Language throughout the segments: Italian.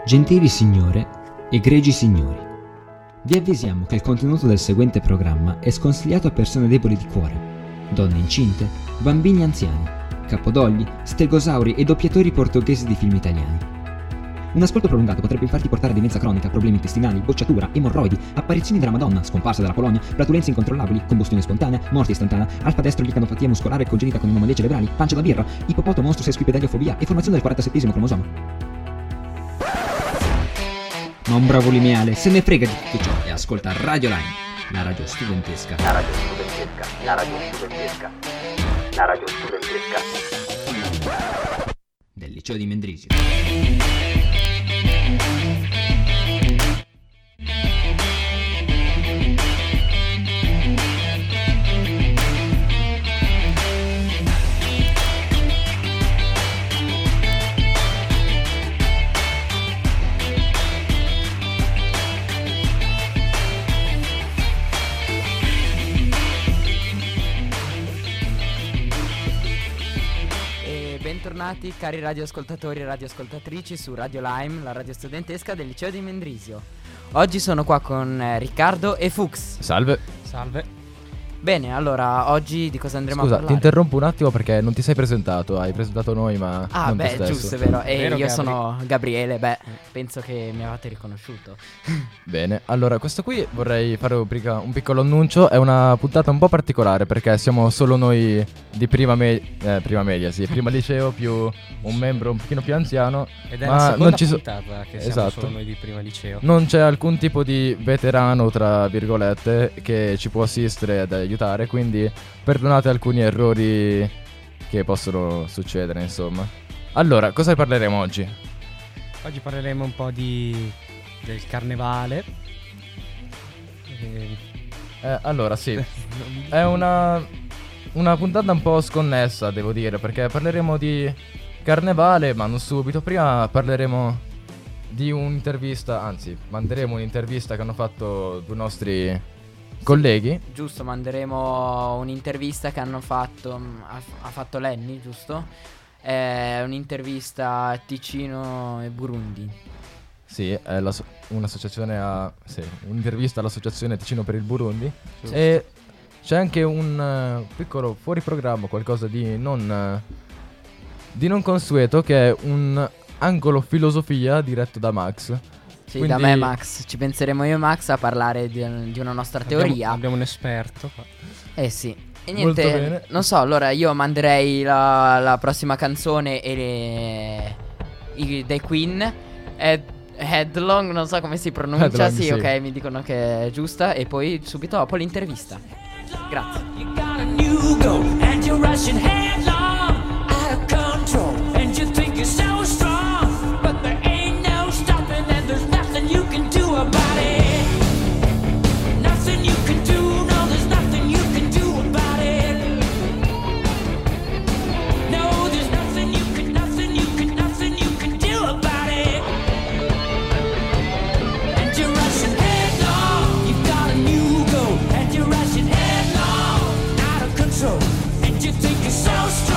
Gentili signore, egregi signori, vi avvisiamo che il contenuto del seguente programma è sconsigliato a persone deboli di cuore, donne incinte, bambini anziani, capodogli, stegosauri e doppiatori portoghesi di film italiani. Un ascolto prolungato potrebbe infatti portare a demenza cronica, problemi intestinali, bocciatura, emorroidi, apparizioni della Madonna, scomparsa dalla Polonia, flatulenze incontrollabili, combustione spontanea, morte istantanea, alfa destro licanopatia muscolare congenita con anomalie cerebrali, pancia da birra, ipopoto monstro sesquipedaliofobia e formazione del 47esimo cromosoma. Ma un bravo lineale se ne frega di tutto ciò e ascolta Radio Line, la radio studentesca. La radio studentesca, la radio studentesca, la radio studentesca Del liceo di Mendrisio. Bentornati cari radioascoltatori e radioascoltatrici su Radio Lime, la radio studentesca del liceo di Mendrisio. Oggi sono qua con Riccardo e Fuchs. Salve. Salve. Bene, allora oggi di cosa andremo a Scusa, parlare? ti interrompo un attimo perché non ti sei presentato. Hai presentato noi ma non te stesso. Giusto, è vero. E Vero, io Gabri? sono Gabriele, penso che mi avete riconosciuto. Bene, allora questo qui vorrei fare un piccolo annuncio. È una puntata un po' particolare perché siamo solo noi di prima media, sì, prima liceo più un membro un pochino più anziano. Ed è ma la seconda non ci puntata che siamo esatto. solo noi di prima liceo. Non c'è alcun tipo di veterano, tra virgolette, che ci può assistere ed aiutare, quindi perdonate alcuni errori che possono succedere, insomma. Allora, cosa parleremo oggi? Oggi parleremo un po' del carnevale. Allora, sì, è una puntata un po' sconnessa, devo dire, perché parleremo di carnevale, ma non subito. Prima parleremo di un'intervista, anzi, manderemo un'intervista che hanno fatto due nostri colleghi. Giusto, manderemo un'intervista che hanno fatto, ha fatto Lenny, giusto? Un'intervista a Ticino e Burundi. Sì, è un'associazione un'intervista all'associazione Ticino per il Burundi. Giusto. E c'è anche un piccolo fuori programma, qualcosa di non consueto, che è un angolo filosofia diretto da Max. Sì, Quindi- da me Max, ci penseremo io e Max a parlare di una nostra teoria. Abbiamo un esperto qua. Eh sì. E Molto niente, bene. non so, allora io manderei la prossima canzone dei Queen, Headlong, non so come si pronuncia, Headlong, sì, sì. ok, mi dicono che è giusta, e poi subito dopo l'intervista. Grazie. You got a new go and you're rushing headlong, out of control, and you think you're so strong, but there ain't no stopping and there's nothing you can do about it. Nothing you can do, no, there's nothing you can do about it. No, there's nothing you can do about it. And you're rushing headlong, you got a new go and you're rushing headlong, out of control, and you think you're so strong.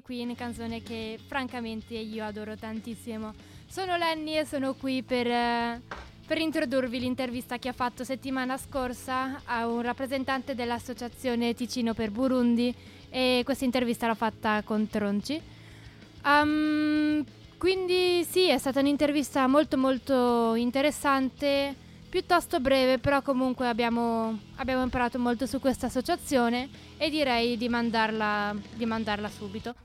Queen, canzone che francamente io adoro tantissimo. Sono Lenny e sono qui per introdurvi l'intervista che ha fatto settimana scorsa a un rappresentante dell'associazione Ticino per Burundi, e questa intervista l'ha fatta con Tronci. Quindi sì, è stata un'intervista molto molto interessante, piuttosto breve, però comunque abbiamo imparato molto su questa associazione e direi di mandarla subito.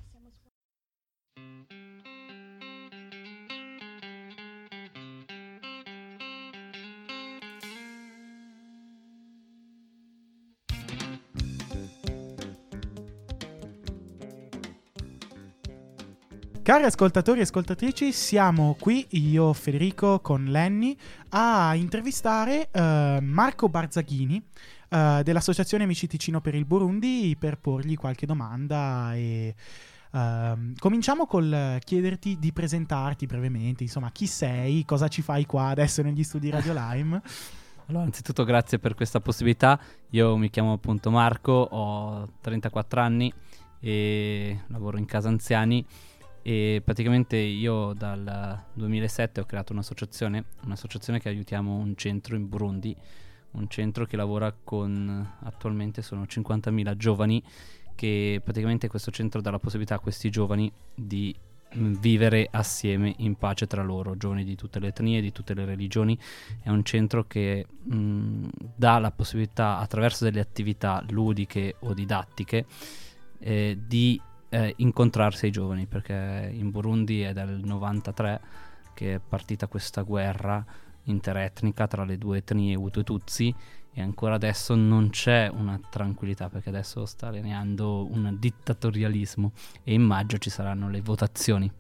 Cari ascoltatori e ascoltatrici, siamo qui, io Federico con Lenny, a intervistare Marco Barzaghini dell'Associazione Amici Ticino per il Burundi per porgli qualche domanda e cominciamo col chiederti di presentarti brevemente, insomma, chi sei, cosa ci fai qua adesso negli studi Radio Lime? Allora, anzitutto grazie per questa possibilità. Io mi chiamo appunto Marco, ho 34 anni e lavoro in casa anziani. E praticamente io dal 2007 ho creato un'associazione che aiutiamo un centro in Burundi, un centro che lavora con, attualmente sono 50.000 giovani, che praticamente questo centro dà la possibilità a questi giovani di vivere assieme in pace tra loro, giovani di tutte le etnie, di tutte le religioni. È un centro che dà la possibilità, attraverso delle attività ludiche o didattiche, di incontrarsi ai giovani, perché in Burundi è dal 93 che è partita questa guerra interetnica tra le due etnie Hutu e Tutsi, e ancora adesso non c'è una tranquillità, perché adesso sta regnando un dittatorialismo e in maggio ci saranno le votazioni.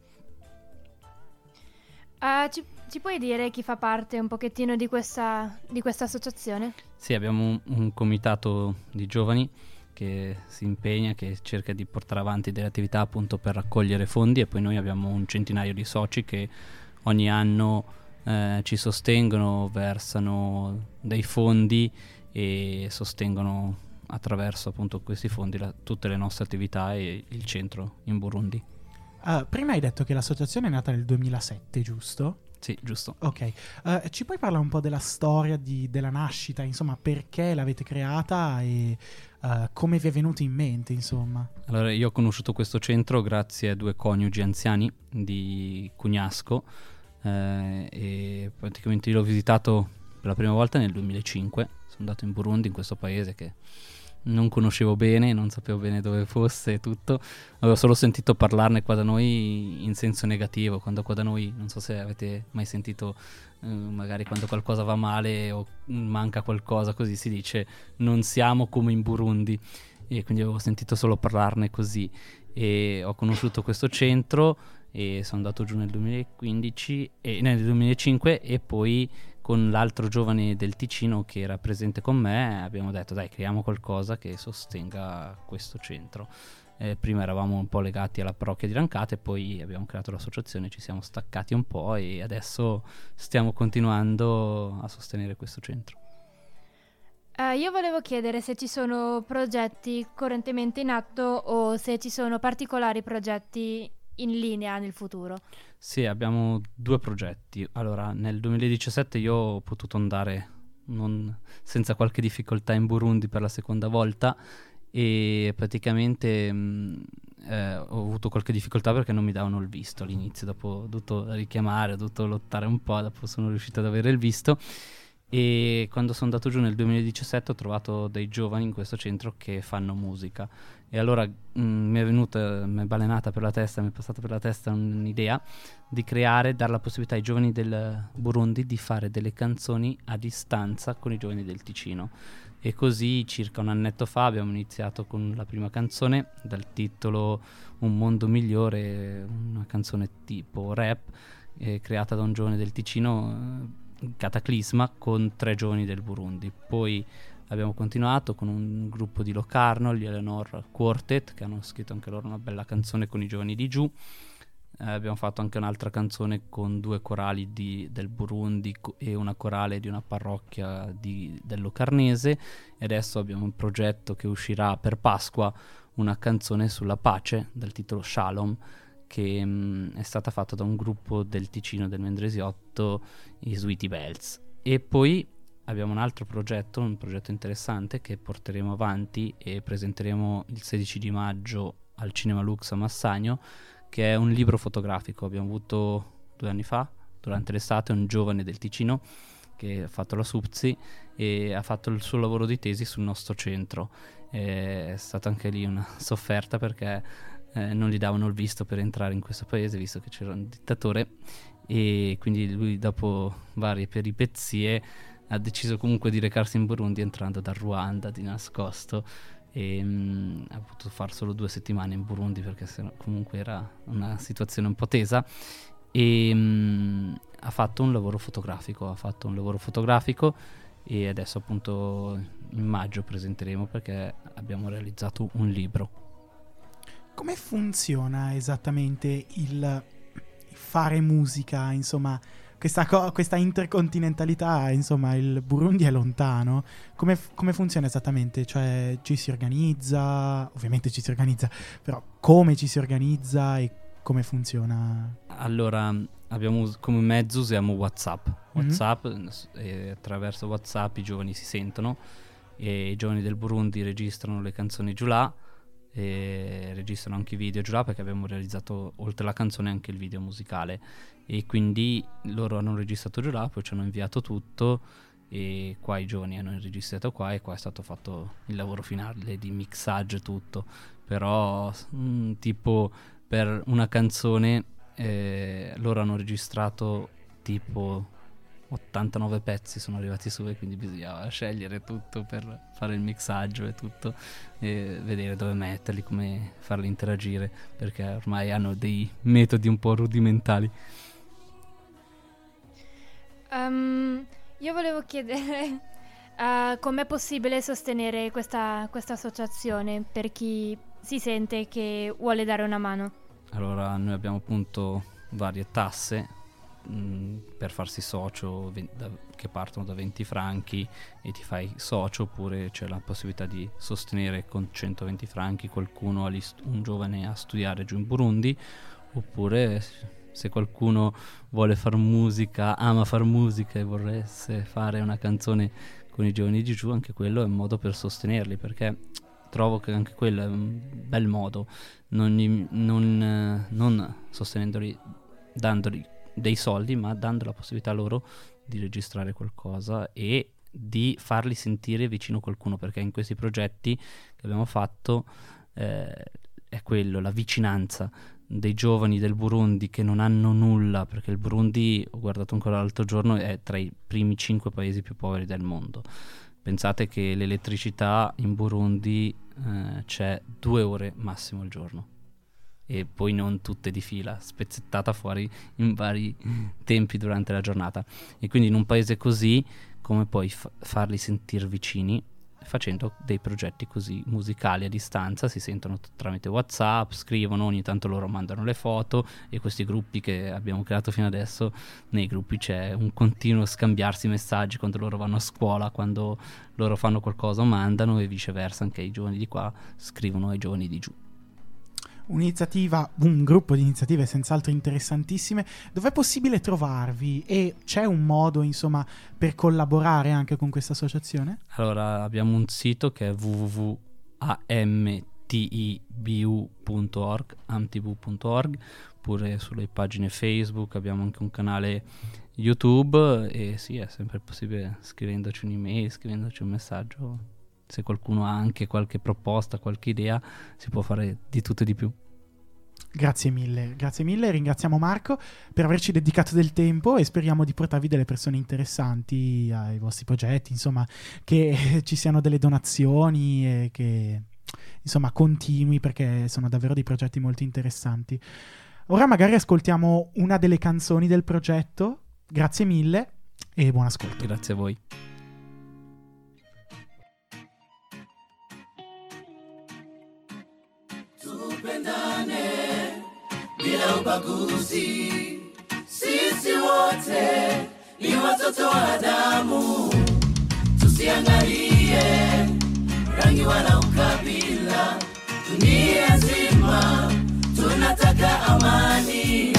Ci puoi dire chi fa parte un pochettino di questa associazione? Sì, abbiamo un comitato di giovani che si impegna, che cerca di portare avanti delle attività appunto per raccogliere fondi, e poi noi abbiamo un centinaio di soci che ogni anno ci sostengono, versano dei fondi e sostengono attraverso appunto questi fondi tutte le nostre attività e il centro in Burundi. Prima hai detto che l'associazione è nata nel 2007, giusto? Sì, giusto. Ok, ci puoi parlare un po' della storia della nascita, insomma, perché l'avete creata e come vi è venuto in mente, insomma? Allora, io ho conosciuto questo centro grazie a due coniugi anziani di Cugnasco, e praticamente io l'ho visitato per la prima volta nel 2005. Sono andato in Burundi, in questo paese che non conoscevo bene, non sapevo bene dove fosse e tutto. Avevo solo sentito parlarne qua da noi in senso negativo, quando qua da noi, non so se avete mai sentito, magari quando qualcosa va male o manca qualcosa, così si dice non siamo come in Burundi, e quindi avevo sentito solo parlarne così, e ho conosciuto questo centro e sono andato giù nel 2015 e nel 2005, e poi con l'altro giovane del Ticino che era presente con me abbiamo detto dai, creiamo qualcosa che sostenga questo centro. Prima eravamo un po' legati alla parrocchia di Rancate, poi abbiamo creato l'associazione, ci siamo staccati un po' e adesso stiamo continuando a sostenere questo centro. Io volevo chiedere se ci sono progetti correntemente in atto o se ci sono particolari progetti in linea nel futuro. Sì, abbiamo due progetti. Allora, nel 2017 io ho potuto andare senza qualche difficoltà in Burundi per la seconda volta, e praticamente ho avuto qualche difficoltà perché non mi davano il visto all'inizio. Dopo ho dovuto richiamare, ho dovuto lottare un po', dopo sono riuscito ad avere il visto. E quando sono andato giù nel 2017 ho trovato dei giovani in questo centro che fanno musica, e allora mi è balenata per la testa, mi è passata per la testa un'idea di dare la possibilità ai giovani del Burundi di fare delle canzoni a distanza con i giovani del Ticino. E così circa un annetto fa abbiamo iniziato con la prima canzone dal titolo Un mondo migliore, una canzone tipo rap, creata da un giovane del Ticino, Cataclisma, con 3 giovani del Burundi. Poi abbiamo continuato con un gruppo di Locarno, gli Eleanor Quartet, che hanno scritto anche loro una bella canzone con i giovani di giù. Abbiamo fatto anche un'altra canzone con 2 corali del Burundi e una corale di una parrocchia del Locarnese, e adesso abbiamo un progetto che uscirà per Pasqua, una canzone sulla pace dal titolo Shalom, che è stata fatta da un gruppo del Ticino, del Mendrisiotto, i Sweetie Bells. E poi abbiamo un altro progetto, un progetto interessante che porteremo avanti e presenteremo il 16 di maggio al Cinema Lux a Massagno, che è un libro fotografico. Abbiamo avuto 2 anni fa, durante l'estate, un giovane del Ticino che ha fatto la SUPSI e ha fatto il suo lavoro di tesi sul nostro centro. È stata anche lì una sofferta, perché non gli davano il visto per entrare in questo paese, visto che c'era un dittatore, e quindi lui, dopo varie peripezie, ha deciso comunque di recarsi in Burundi entrando dal Ruanda di nascosto, e ha potuto fare solo 2 settimane in Burundi, perché comunque era una situazione un po' tesa, e ha fatto un lavoro fotografico, e adesso appunto in maggio presenteremo, perché abbiamo realizzato un libro. Come funziona esattamente il fare musica, insomma, questa intercontinentalità, insomma, il Burundi è lontano. Come funziona esattamente? Cioè, ci si organizza, ovviamente ci si organizza, però come ci si organizza e come funziona? Allora, abbiamo come mezzo, usiamo WhatsApp, e attraverso WhatsApp i giovani si sentono, e i giovani del Burundi registrano le canzoni giù là, e registrano anche i video giù là, perché abbiamo realizzato oltre la canzone anche il video musicale, e quindi loro hanno registrato giù là, poi ci hanno inviato tutto, e qua i giovani hanno registrato qua, e qua è stato fatto il lavoro finale di mixaggio e tutto. Però tipo per una canzone loro hanno registrato tipo 89 pezzi, sono arrivati su, e quindi bisognava scegliere tutto per fare il mixaggio e tutto, e vedere dove metterli, come farli interagire, perché ormai hanno dei metodi un po' rudimentali. Io volevo chiedere com'è possibile sostenere questa associazione per chi si sente che vuole dare una mano. Allora, noi abbiamo appunto varie tasse per farsi socio, che partono da 20 franchi e ti fai socio, oppure c'è la possibilità di sostenere con 120 franchi qualcuno, un giovane a studiare giù in Burundi, oppure se qualcuno vuole far musica, ama far musica e vorresse fare una canzone con i giovani di giù, anche quello è un modo per sostenerli, perché trovo che anche quello è un bel modo, non sostenendoli, dandoli dei soldi, ma dando la possibilità loro di registrare qualcosa e di farli sentire vicino qualcuno, perché in questi progetti che abbiamo fatto è quello, la vicinanza dei giovani del Burundi che non hanno nulla, perché il Burundi, ho guardato ancora l'altro giorno, è tra i primi 5 paesi più poveri del mondo. Pensate che l'elettricità in Burundi c'è 2 ore massimo al giorno, e poi non tutte di fila, spezzettata fuori in vari tempi durante la giornata. E quindi in un paese così, come puoi farli sentire vicini? Facendo dei progetti così musicali a distanza, si sentono tramite WhatsApp, scrivono, ogni tanto loro mandano le foto, e questi gruppi che abbiamo creato fino adesso, nei gruppi c'è un continuo scambiarsi messaggi quando loro vanno a scuola, quando loro fanno qualcosa mandano, e viceversa anche i giovani di qua scrivono ai giovani di giù. Un'iniziativa, un gruppo di iniziative senz'altro interessantissime. Dov'è possibile trovarvi? E c'è un modo, insomma, per collaborare anche con questa associazione? Allora, abbiamo un sito che è www.amtbu.org, oppure sulle pagine Facebook, abbiamo anche un canale YouTube, e sì, è sempre possibile scrivendoci un'email, scrivendoci un messaggio. Se qualcuno ha anche qualche proposta, qualche idea, si può fare di tutto e di più. Grazie mille. Ringraziamo Marco per averci dedicato del tempo, e speriamo di portarvi delle persone interessanti ai vostri progetti, insomma, che ci siano delle donazioni e che, insomma, continui, perché sono davvero dei progetti molto interessanti. Ora magari ascoltiamo una delle canzoni del progetto. Grazie mille e buon ascolto. Grazie a voi. Bila ubaguzi, sisi wote ni watoto wa Adamu. Tusiangalie rangi wala ukabila, dunia nzima tunataka amani.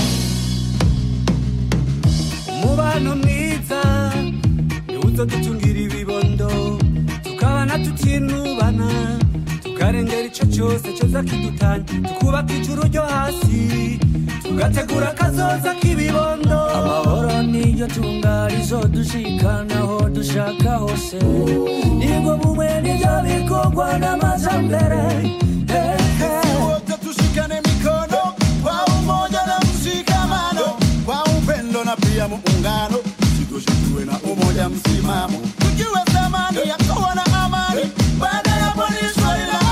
Umubano mwiza niwuzo dutungira ibibondo, tukabana tutinubana, tukarengera ico cyose coza kidutanya, tukubaka ijuru ryo hasi, tugategura kazoza k'ibibondo. Amahoro niyo tunga rizodushikana aho dushaka hose, nibwo bumwe nivyo bikorwa n'amajambere. Wote tushikane mikono kwa umoja na mshikamano, kwa upendo na pia muungano, tuwe na umoja msimamo, tukiwe thamani ya kuwa na amani, baada ya polisi ila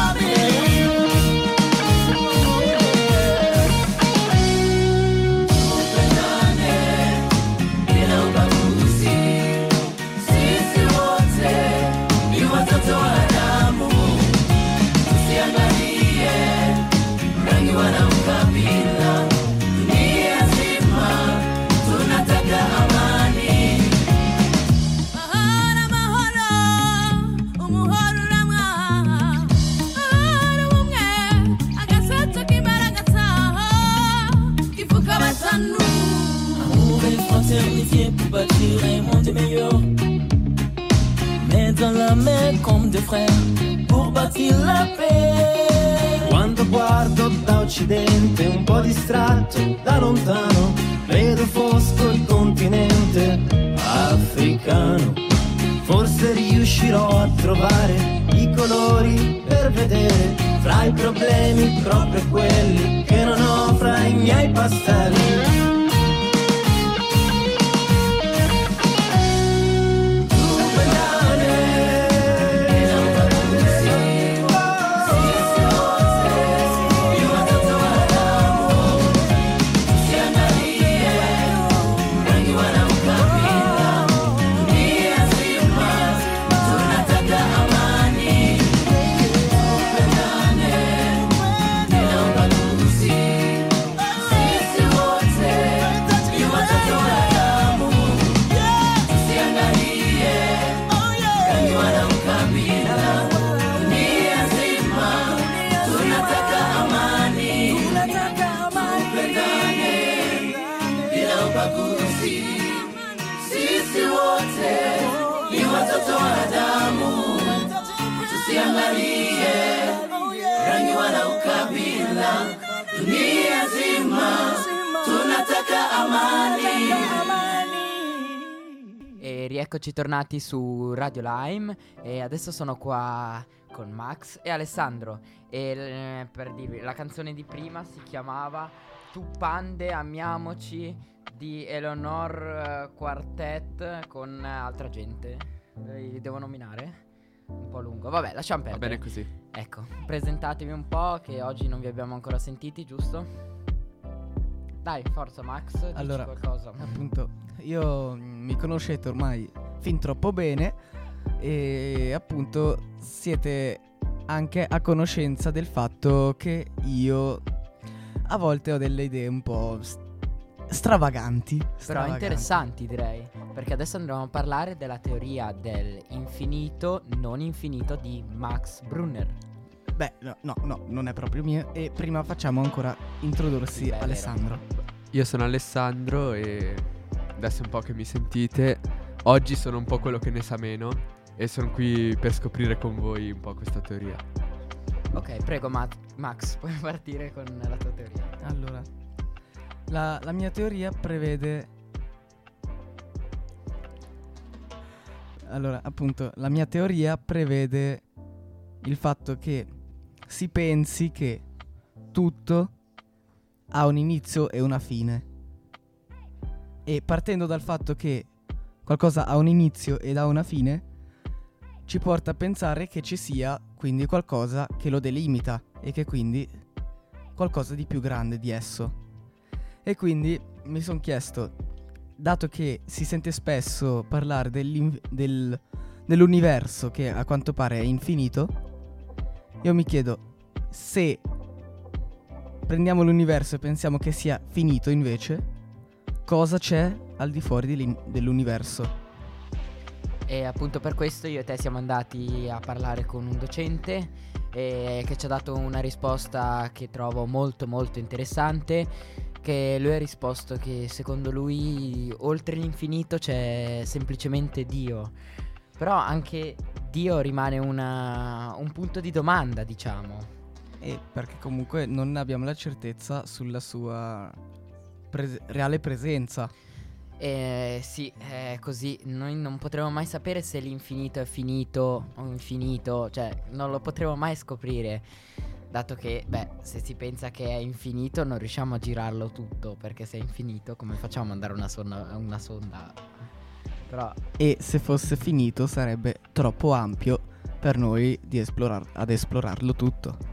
pour bâtir un monde meilleur. Mais dans la main comme des frères pour bâtir la paix. Quando guardo da occidente un po' distratto da lontano, vedo fosco il continente africano. Forse riuscirò a trovare i colori per vedere fra i problemi proprio quelli che non ho fra i miei pastelli. E rieccoci tornati su Radio Lime e adesso sono qua con Max e Alessandro e per dirvi, la canzone di prima si chiamava Tu Pande Amiamoci di Eleanor Quartet con altra gente. Li devo nominare? Un po' lungo, vabbè, lasciamo perdere. Va bene così. Ecco, presentatevi un po' che oggi non vi abbiamo ancora sentiti, giusto? Dai, forza Max, dici allora, qualcosa. Appunto, io mi conoscete ormai fin troppo bene e appunto siete anche a conoscenza del fatto che io a volte ho delle idee un po' stravaganti. Però interessanti, direi, perché adesso andremo a parlare della teoria del infinito non infinito di Max Brunner. Beh, no, non è proprio mio. E prima facciamo ancora introdursi Beh, Alessandro. Io sono Alessandro e adesso un po' che mi sentite, oggi sono un po' quello che ne sa meno e sono qui per scoprire con voi un po' questa teoria. Ok, prego Max, puoi partire con la tua teoria. Allora, la mia teoria prevede... Allora, appunto, la mia teoria prevede il fatto che si pensi che tutto ha un inizio e una fine. E partendo dal fatto che qualcosa ha un inizio ed ha una fine, ci porta a pensare che ci sia quindi qualcosa che lo delimita e che quindi qualcosa di più grande di esso. E quindi mi sono chiesto, dato che si sente spesso parlare dell'universo che a quanto pare è infinito, io mi chiedo, se prendiamo l'universo e pensiamo che sia finito invece, cosa c'è al di fuori dell'universo? E appunto per questo io e te siamo andati a parlare con un docente e che ci ha dato una risposta che trovo molto molto interessante, che lui ha risposto che secondo lui oltre l'infinito c'è semplicemente Dio, però anche Dio rimane un punto di domanda, diciamo. E perché comunque non abbiamo la certezza sulla sua reale presenza. Sì, è così. Noi non potremo mai sapere se l'infinito è finito o infinito, cioè non lo potremo mai scoprire, dato che, se si pensa che è infinito non riusciamo a girarlo tutto, perché se è infinito come facciamo a mandare una sonda? Però... E se fosse finito sarebbe troppo ampio per noi di ad esplorarlo tutto.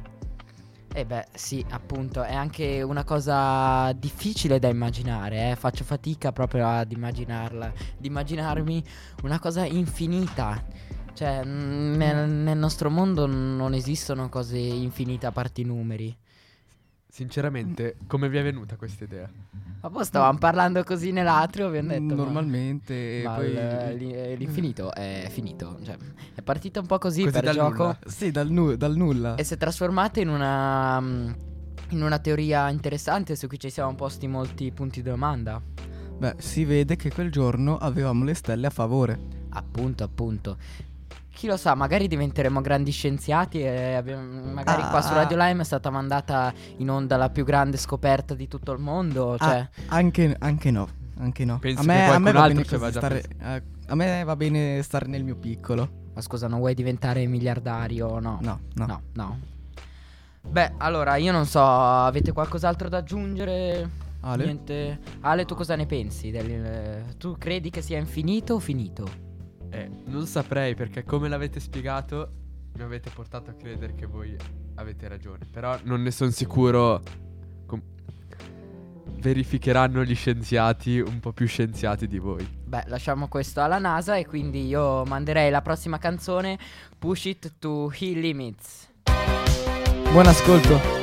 Sì, appunto, è anche una cosa difficile da immaginare, faccio fatica proprio ad immaginarmi una cosa infinita. Cioè, nel nostro mondo non esistono cose infinite a parte i numeri. Sinceramente, come vi è venuta questa idea? Ma poi stavamo parlando così nell'atrio, abbiamo detto normalmente ma poi l'infinito è finito, cioè, è partito un po' così per dal gioco. nulla. Sì, dal nulla. E si è trasformata in una teoria interessante su cui ci siamo posti molti punti di domanda. Si vede che quel giorno avevamo le stelle a favore. Appunto. Chi lo sa, magari diventeremo grandi scienziati e magari qua su Radio Lime è stata mandata in onda la più grande scoperta di tutto il mondo. Cioè... Anche no. Penso a me che qualcun va altro bene ci aveva già a me va bene stare nel mio piccolo. Ma scusa, non vuoi diventare miliardario? No. No. Allora, io non so, avete qualcos'altro da aggiungere? Ale? Niente. Ale, tu cosa ne pensi? Tu credi che sia infinito o finito? Non saprei, perché come l'avete spiegato mi avete portato a credere che voi avete ragione. Però non ne sono sicuro. Verificheranno gli scienziati, un po' più scienziati di voi. Lasciamo questo alla NASA e quindi io manderei la prossima canzone, Push It to He Limits. Buon ascolto.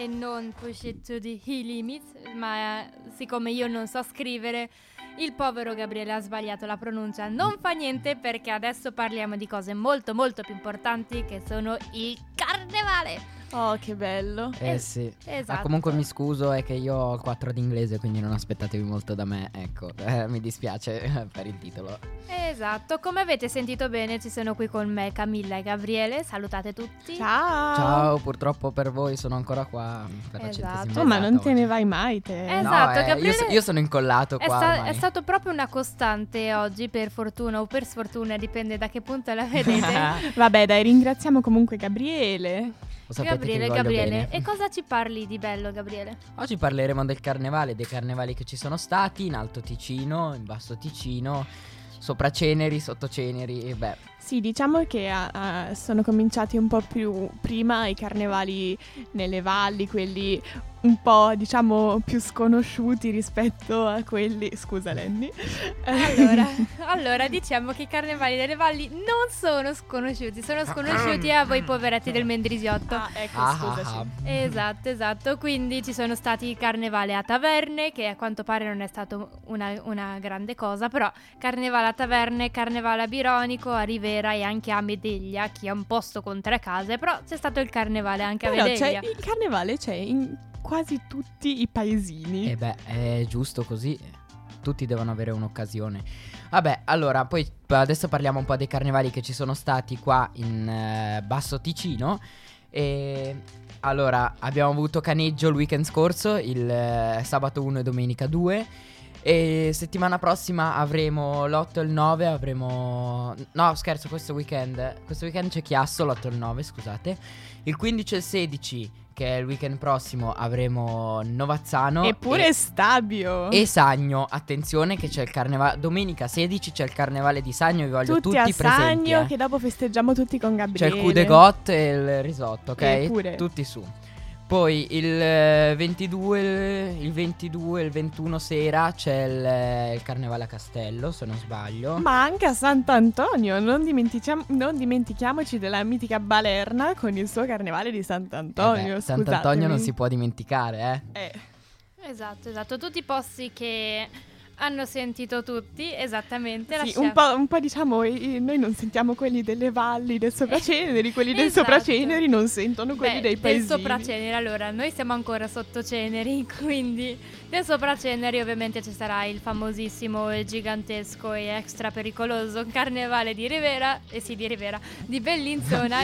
e non push it to the limits, ma siccome io non so scrivere, il povero Gabriele ha sbagliato la pronuncia. Non fa niente, perché adesso parliamo di cose molto molto più importanti, che sono il carnevale. Oh, che bello. Sì. Esatto. Comunque mi scuso, è che io ho 4 di inglese, quindi non aspettatevi molto da me. Ecco, mi dispiace per il titolo. Esatto, come avete sentito bene, ci sono qui con me Camilla e Gabriele. Salutate tutti. Ciao. Ciao, purtroppo per voi sono ancora qua per la Esatto. 100esima Oh, ma non puntata te ne oggi. vai mai te. Esatto, No, Gabriele io sono incollato è, qua. è ormai. stato proprio una costante oggi, per fortuna o per sfortuna, dipende da che punto la vedete. Vabbè, dai, ringraziamo comunque Gabriele. Lo sapete che vi voglio Gabriele. bene. E cosa ci parli di bello, Gabriele? Oggi parleremo del carnevale, dei carnevali che ci sono stati in Alto Ticino, in Basso Ticino, sopra Ceneri, sotto Ceneri, e beh. Sì, diciamo che sono cominciati un po' più prima i carnevali nelle valli, quelli un po', diciamo, più sconosciuti rispetto a quelli... Scusa, Lenny. Allora, diciamo che i carnevali delle valli non sono sconosciuti, sono sconosciuti a voi poveretti del Mendrisiotto. Ecco, scusaci. Esatto, quindi ci sono stati i carnevali a Taverne, che a quanto pare non è stato una grande cosa, però carnevale a Taverne, carnevale a Bironico, a Rivera e anche a Medeglia, che è un posto con 3 case, però c'è stato il carnevale anche a Però Medeglia. il carnevale c'è in quasi tutti i paesini. E beh, è giusto così. Tutti devono avere un'occasione. Vabbè, allora, poi adesso parliamo un po' dei carnevali che ci sono stati qua in Basso Ticino. E allora, abbiamo avuto Caneggio il weekend scorso, il sabato 1 e domenica 2. E settimana prossima avremo l'8 e il 9, avremo... No, scherzo, questo weekend c'è Chiasso, l'8 e il 9, scusate. Il 15 e il 16, che è il weekend prossimo, avremo Novazzano. Eppure Stabio. E Sagno, attenzione che c'è il carnevale. Domenica 16 c'è il carnevale di Sagno, vi voglio tutti a presenti. Sagno, che dopo festeggiamo tutti con C'è Gabriele. il coup de got e il risotto, ok? Eppure. Tutti su. Poi il 22 e il 21 sera c'è il carnevale a Castello, se non sbaglio. Ma anche a Sant'Antonio, non dimentichiamoci della mitica Balerna con il suo carnevale di Sant'Antonio. Sant'Antonio non si può dimenticare, Esatto, tutti i posti che hanno sentito tutti, esattamente. Sì, un po' diciamo, noi non sentiamo quelli delle valli del Sopraceneri, quelli del Esatto. Sopraceneri non sentono quelli dei paesini. Del Sopraceneri, allora, noi siamo ancora sotto Ceneri, quindi del Sopraceneri ovviamente ci sarà il famosissimo e gigantesco e extra pericoloso carnevale di Rivera, di Bellinzona,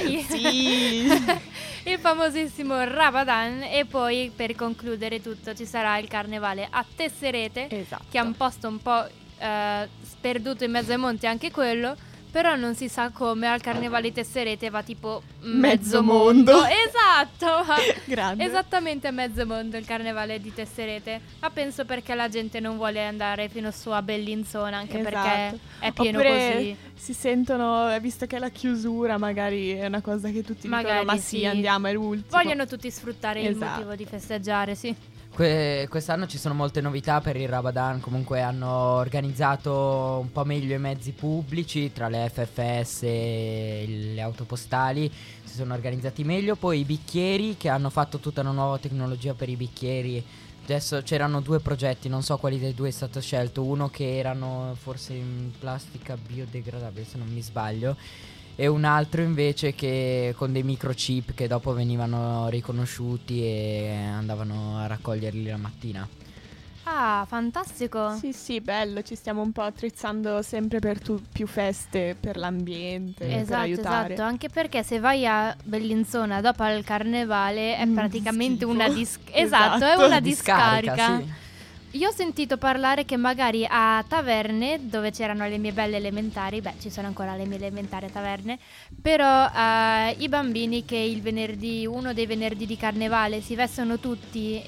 il famosissimo Rabadan, e poi per concludere tutto ci sarà il carnevale a Tesserete, che è un posto un po' sperduto in mezzo ai monti anche quello, però non si sa come al carnevale di Tesserete va tipo mezzo mondo. Esatto, Grande. Esattamente mezzo mondo il carnevale di Tesserete, ma penso perché la gente non vuole andare fino su a Bellinzona, anche perché è pieno. Oppure così. si sentono, visto che è la chiusura, magari è una cosa che tutti dicono, ma sì, andiamo, è l'ultimo. Vogliono tutti sfruttare il motivo di festeggiare, sì. Quest'anno ci sono molte novità per il Rabadan. Comunque hanno organizzato un po' meglio i mezzi pubblici, tra le FFS e le autopostali si sono organizzati meglio. Poi i bicchieri, che hanno fatto tutta una nuova tecnologia per i bicchieri. Adesso c'erano 2 progetti, non so quali dei 2 è stato scelto. Uno che erano forse in plastica biodegradabile, se non mi sbaglio, e un altro invece che con dei microchip che dopo venivano riconosciuti e andavano a raccoglierli la mattina. Ah, fantastico. Sì, bello, ci stiamo un po' attrezzando sempre per più feste, per l'ambiente, per aiutare. Esatto, anche perché se vai a Bellinzona dopo il carnevale è praticamente una Esatto, è una discarica. Sì. Io ho sentito parlare che magari a Taverne, dove c'erano le mie belle elementari, ci sono ancora le mie elementari a Taverne, però i bambini che il venerdì, uno dei venerdì di carnevale, si vestono tutti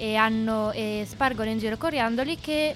e spargono in giro coriandoli, che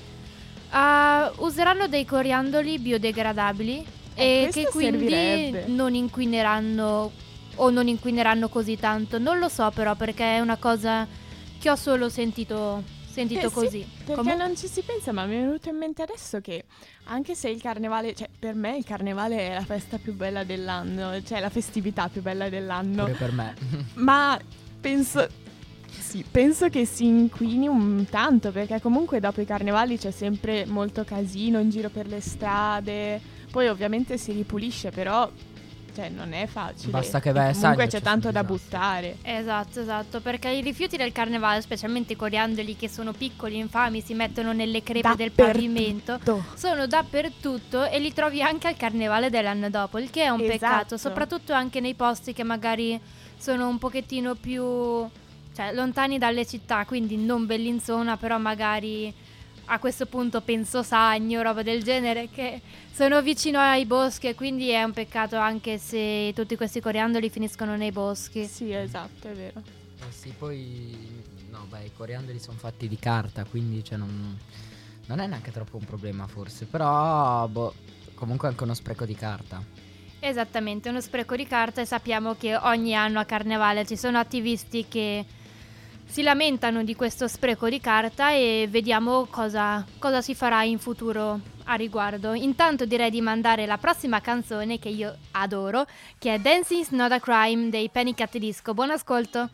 useranno dei coriandoli biodegradabili e che quindi servirebbe. non inquineranno o non inquineranno così tanto. Non lo so però, perché è una cosa che ho solo sentito così. Sì, perché non ci si pensa, ma mi è venuto in mente adesso che anche se il carnevale, cioè per me il carnevale è la festa più bella dell'anno, cioè la festività più bella dell'anno. Pure per me. Ma penso Sì, penso che si inquini un tanto, perché comunque dopo i carnevali c'è sempre molto casino in giro per le strade. Poi ovviamente si ripulisce, però cioè non è facile. Basta che E vai a comunque Sagno, c'è c'è tanto da disastro. buttare. Esatto, perché i rifiuti del carnevale, specialmente i coriandoli che sono piccoli e infami, si mettono nelle crepe del pavimento, sono dappertutto e li trovi anche al carnevale dell'anno dopo, il che è un peccato, soprattutto anche nei posti che magari sono un pochettino più, cioè, lontani dalle città, quindi non Bellinzona, però magari a questo punto penso Sagno, roba del genere, che sono vicino ai boschi e quindi è un peccato anche se tutti questi coriandoli finiscono nei boschi. Sì, esatto, è vero. Sì, poi no, beh, i coriandoli sono fatti di carta, quindi cioè, non è neanche troppo un problema forse, però comunque è anche uno spreco di carta. Esattamente, uno spreco di carta, e sappiamo che ogni anno a Carnevale ci sono attivisti che si lamentano di questo spreco di carta e vediamo cosa si farà in futuro a riguardo. Intanto direi di mandare la prossima canzone che io adoro, che è Dancing's Not a Crime dei Panic! At the Disco. Buon ascolto!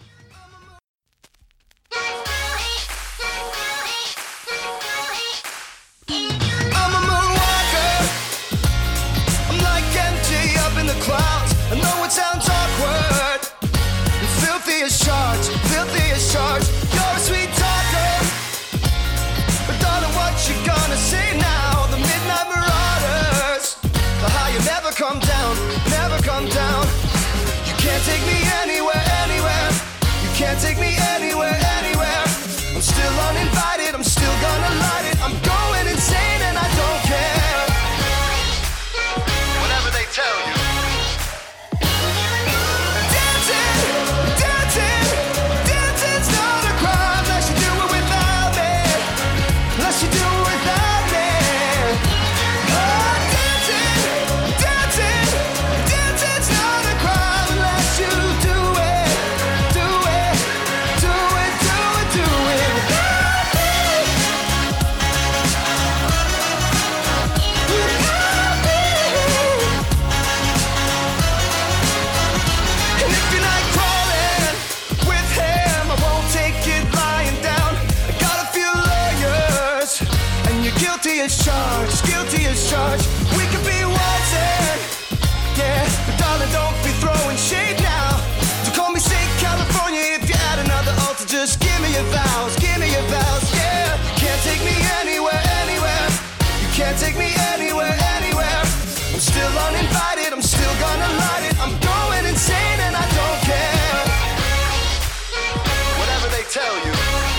I'm a moonwalker. I'm like MJ up in the clouds. I know it sounds awkward. Filthy as charged. You're a sweet talker, but darling, what you gonna say now? The midnight marauders, the high you never come down. You can't take me anywhere. You can't take me anywhere. I'm still uninvited, I'm still gonna light it. I'm going insane and I don't care. Whatever they tell you. Dancing's not a crime unless you do it without me. Unless you do it without me. Oh, dancing's not a crime unless you do it. Do it without me. And if you're not crawling with him, I won't take it lying down. I got a few lawyers, and you're guilty as charged. We could be waltzing, yeah, but darling, don't be throwing shade now. So call me St. California if you add another altar. Just give me your vows, yeah. Can't take me anywhere. You can't take me anywhere. I'm still uninvited, I'm still gonna light it. I'm going insane and I don't care. Whatever they tell you.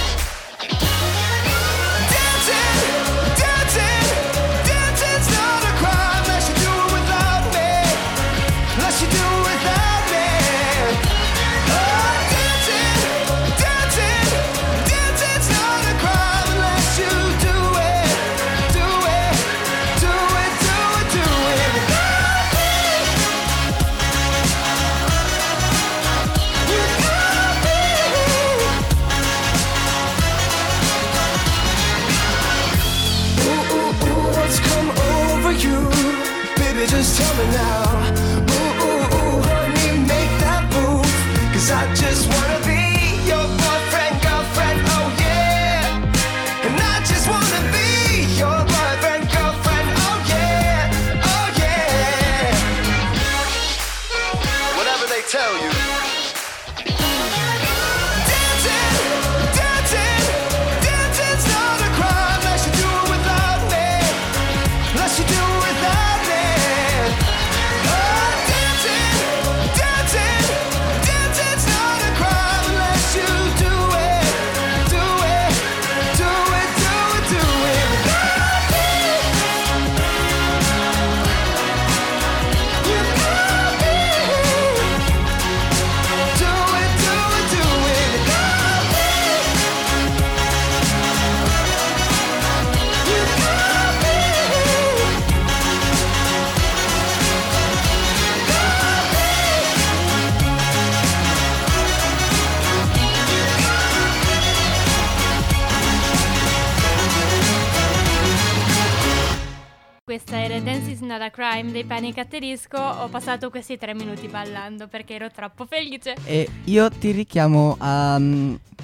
Dancing's not a crime unless you do it without me. Unless you do it without me. Oh, dancing's not a crime unless you do it. Do it without me. Ooh, what's come over you? Baby, just tell me now. Ooh, honey, make that move. 'Cause I just wanna be your boyfriend, girlfriend, oh yeah. And I just wanna be your boyfriend, girlfriend, oh yeah. Whatever they tell you. Dancing's not a crime unless you do it without me. Unless you do it without me. Oh, dancing's not a crime unless you do it. Do it without Questa era Dancing's Not a Crime dei Panic! At the Disco. Ho passato questi 3 minuti ballando perché ero troppo felice. E io ti richiamo a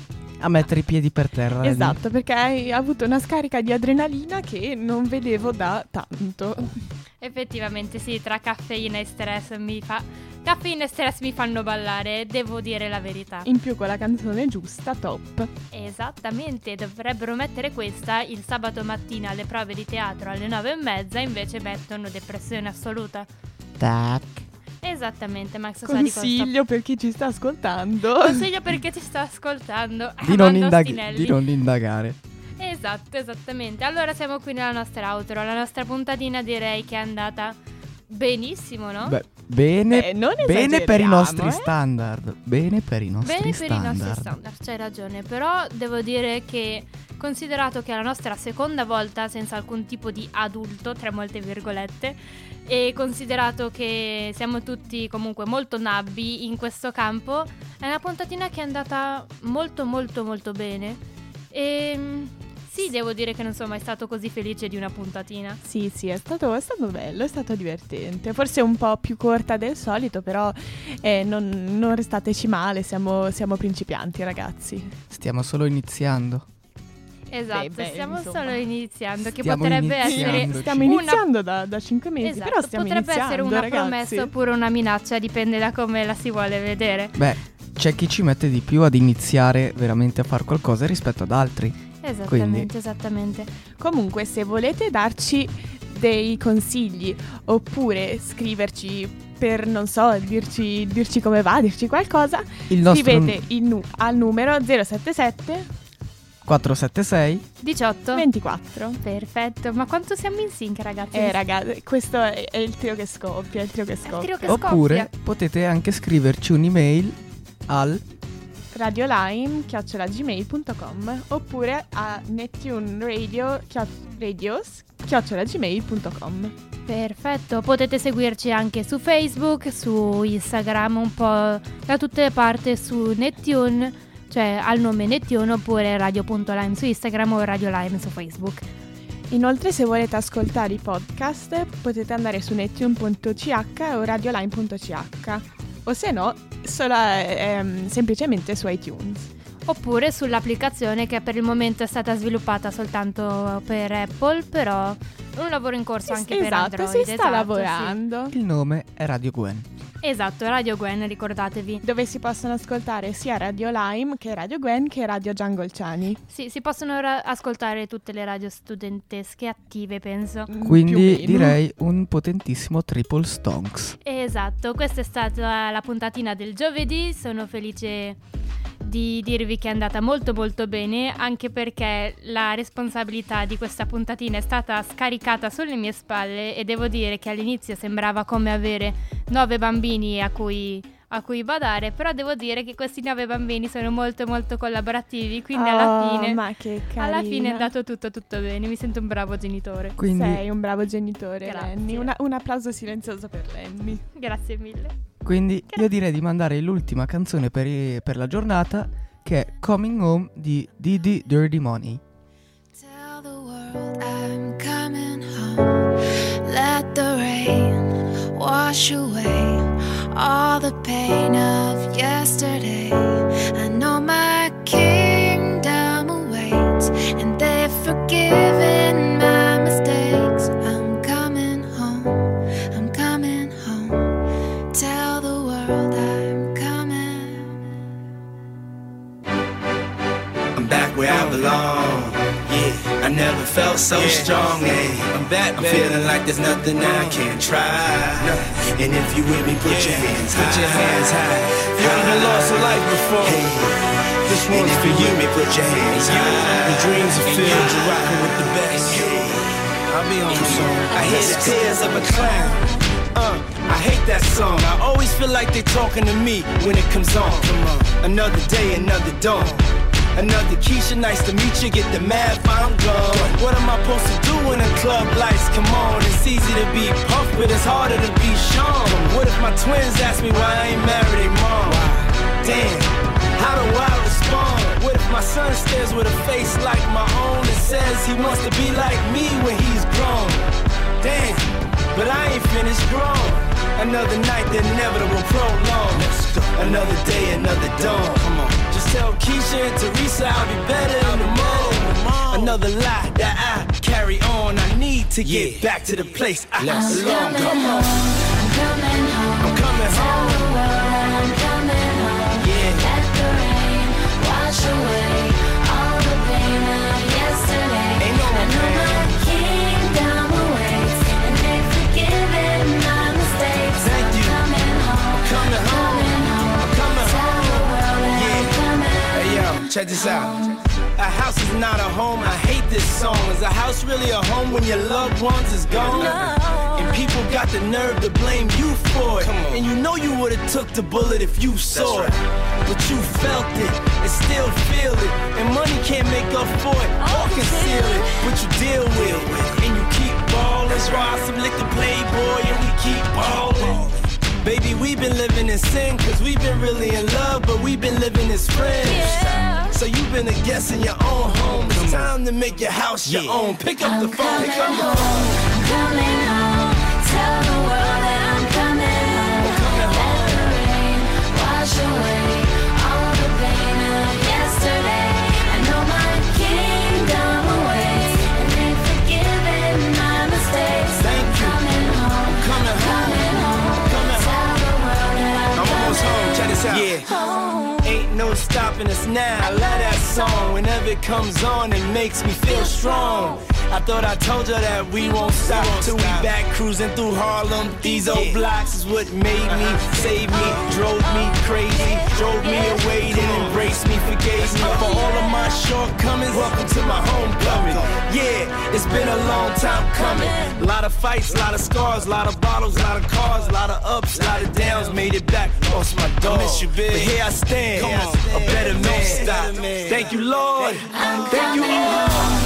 a mettere i piedi per terra. Lenny. Esatto, perché hai avuto una scarica di adrenalina che non vedevo da tanto. Effettivamente sì, tra caffeina e stress caffeina e stress mi fanno ballare, devo dire la verità. In più con la canzone giusta, top. Esattamente, dovrebbero mettere questa il sabato mattina alle prove di teatro alle 9:30, invece mettono depressione assoluta. Tac. Esattamente, Max sa di cosa Consiglio per chi ci sta ascoltando. Consiglio perché ci sta ascoltando. Di non Armando indagare. Esatto, esattamente. Allora siamo qui nella nostra outro. La nostra puntatina direi che è andata benissimo, no? Beh, bene, non bene per i esageriamo, nostri standard. Bene per i nostri Bene per i nostri standard. standard, c'hai ragione. Però devo dire che, considerato che è la nostra seconda volta senza alcun tipo di adulto, tra molte virgolette, e considerato che siamo tutti comunque molto nabbi in questo campo, è una puntatina che è andata molto molto molto bene. E sì, devo dire che non sono mai stato così felice di una puntatina. Sì, è stato bello, è stato divertente. Forse un po' più corta del solito, però non restateci male, siamo principianti, ragazzi. Stiamo solo iniziando. Esatto, Beh, stiamo insomma. solo iniziando, che Stiamo potrebbe iniziando. essere Stiamo iniziando da 5 mesi, Esatto, però stiamo potrebbe iniziando, essere una ragazzi. promessa oppure una minaccia, dipende da come la si vuole vedere. Beh, c'è chi ci mette di più ad iniziare veramente a fare qualcosa rispetto ad altri. Esattamente, esattamente. Comunque, se volete darci dei consigli oppure scriverci per, non so, dirci come va, dirci qualcosa, Il nostro scrivete al numero 077 476 18 24. Perfetto, ma quanto siamo in sync, ragazzi? Ragazzi, questo è il trio che scoppia, il trio che scoppia. Oppure potete anche scriverci un'email al radiolime@gmail.com oppure a nettuneradio@gmail.com. Perfetto, potete seguirci anche su Facebook, su Instagram, un po' da tutte le parti, su Nettune, cioè al nome Nettune, oppure radio.lime su Instagram o Radio Lime su Facebook. Inoltre, se volete ascoltare i podcast, potete andare su nettune.ch o radiolime.ch, o se no semplicemente su iTunes. Oppure sull'applicazione che per il momento è stata sviluppata soltanto per Apple, però un lavoro in corso anche per Android. Si sta lavorando. Il nome è Radio Gwen. Esatto, Radio Gwen, ricordatevi. Dove si possono ascoltare sia Radio Lime che Radio Gwen che Radio Jungle Chani. Sì, si possono ascoltare tutte le radio studentesche attive, penso. Quindi direi un potentissimo triple stonks. Esatto, questa è stata la puntatina del giovedì. Sono felice di dirvi che è andata molto molto bene, anche perché la responsabilità di questa puntatina è stata scaricata sulle mie spalle e devo dire che all'inizio sembrava come avere 9 bambini a cui badare, però devo dire che questi 9 bambini sono molto molto collaborativi, quindi alla fine è andato tutto bene. Mi sento un bravo genitore. Quindi sei un bravo genitore, Grazie. Lenny. Un applauso silenzioso per Lenny. Grazie mille. Quindi io direi di mandare l'ultima canzone per la giornata, che è Coming Home di Didi Dirty Money. Tell the world I'm coming home. Let the rain wash away all the pain of yesterday. I know my kingdom awaits, and they've forgiven my mistakes. I'm coming home. I'm coming home. Tell the world I'm coming. I'm back where I belong. Yeah, I never felt so strong. I'm back, I'm feeling like there's nothing I can't try. And if you with me, put your hands high. Put your hands high. You even lost a life before. This one's for you. Me, put your hands high. Your dreams are filled. You're rocking with the best. I'll be on song. I hear the tears of a clown. I hate that song. I always feel like they talking to me when it comes on. Come on, another day, another dawn. Another Keisha, nice to meet you. Get the math, I'm gone. What am I supposed to do when the club lights come on? It's easy to be Puff, but it's harder to be Sean. What if my twins ask me why I ain't married their mom? Damn, how do I respond? What if my son stares with a face like my own and says he wants to be like me when he's grown? Damn, but I ain't finished grown. Another night, the inevitable prolong. Another day, another dawn. Come on, just Just tell Keisha and Teresa I'll be better in the morning. Another lie that I carry on. I need to get back to the place I belong. Come on. I'm coming home. I'm coming home. Tell the world I'm coming home. Yeah. Let the rain wash away all the pain of yesterday. Ain't no I know my kingdom awaits, and they've forgiven my mistakes. Thank you. I'm coming home. Coming home. I'm coming Tell the world that I'm coming home. Hey yo, check this out. A house is not a home, I hate this song. Is a house really a home when your loved ones is gone? And people got the nerve to blame you for it. And you know you would've took the bullet if you saw it. But you felt it and still feel it. And money can't make up for it or conceal it. But you deal with it and you keep ballin'. That's why some lick the Playboy and we keep ballin'. Baby, we've been living in sin, cause we've been really in love, but we've been living as friends. Yeah. So you've been a guest in your own home. It's time to make your house your own. Pick up the phone, pick up the phone. I'm coming home. Tell the world that I'm coming home. Let the rain wash away all the pain of yesterday. I know my kingdom awaits, and they've forgiven my mistakes. Thank you. Coming home. Coming home. Coming Tell the world that I'm almost home, check this out. Yeah. Ain't no stopping us now. I love that song. Whenever it comes on, it makes me feel strong. I thought I told you that we won't stop till we back cruising through Harlem. These old blocks is what made me, saved me, drove me crazy, drove me away, then embraced me, forgave me for all of my shortcomings. Welcome to my homecoming. Yeah, it's been a long time coming. A lot of fights, a lot of scars, a lot of bottles, a lot of cars, a lot of ups, a lot of downs. Made it back, lost my dog. Miss you, big. But here I stand, a better man. Thank you, Lord. Thank you all.